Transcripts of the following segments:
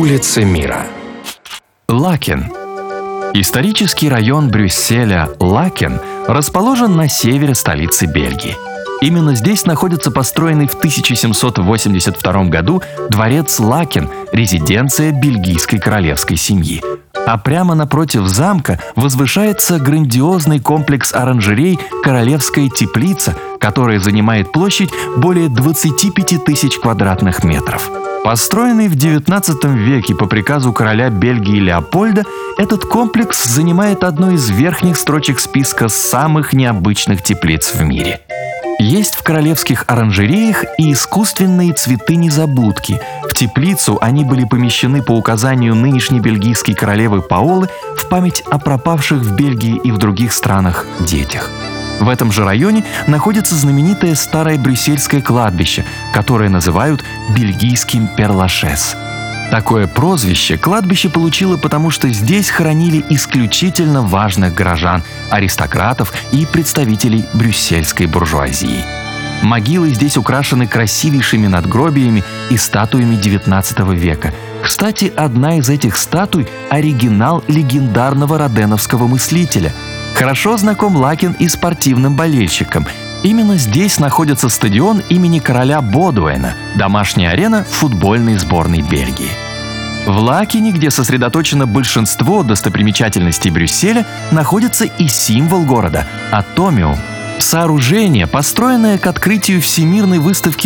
Улицы мира. Лакен. Исторический район Брюсселя Лакен расположен на севере столицы Бельгии. Именно здесь находится построенный в 1782 году дворец Лакен, резиденция бельгийской королевской семьи. А прямо напротив замка возвышается грандиозный комплекс оранжерей «Королевская теплица», которая занимает площадь более 25 тысяч квадратных метров. Построенный в XIX веке по приказу короля Бельгии Леопольда, этот комплекс занимает одну из верхних строчек списка самых необычных теплиц в мире. Есть в королевских оранжереях и искусственные цветы-незабудки. В теплицу они были помещены по указанию нынешней бельгийской королевы Паолы в память о пропавших в Бельгии и в других странах детях. В этом же районе находится знаменитое старое брюссельское кладбище, которое называют бельгийским Пер-Лашез. Такое прозвище кладбище получило, потому что здесь хоронили исключительно важных горожан, аристократов и представителей брюссельской буржуазии. Могилы здесь украшены красивейшими надгробиями и статуями XIX века. Кстати, одна из этих статуй – оригинал легендарного роденовского мыслителя. Хорошо знаком Лакен и спортивным болельщикам. Именно здесь находится стадион имени короля Бодуэна, домашняя арена футбольной сборной Бельгии. В Лакене, где сосредоточено большинство достопримечательностей Брюсселя, находится и символ города – Атомиум. Сооружение, построенное к открытию Всемирной выставки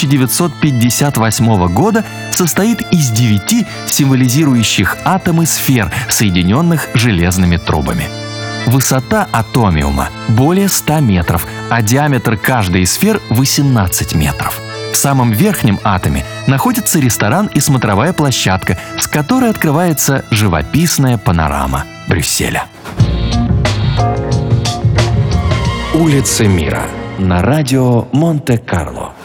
1958 года, состоит из 9 символизирующих атомы сфер, соединенных железными трубами. Высота атомиума более 100 метров, а диаметр каждой из сфер 18 метров. В самом верхнем атоме находится ресторан и смотровая площадка, с которой открывается живописная панорама Брюсселя. Улицы мира на радио Монте-Карло.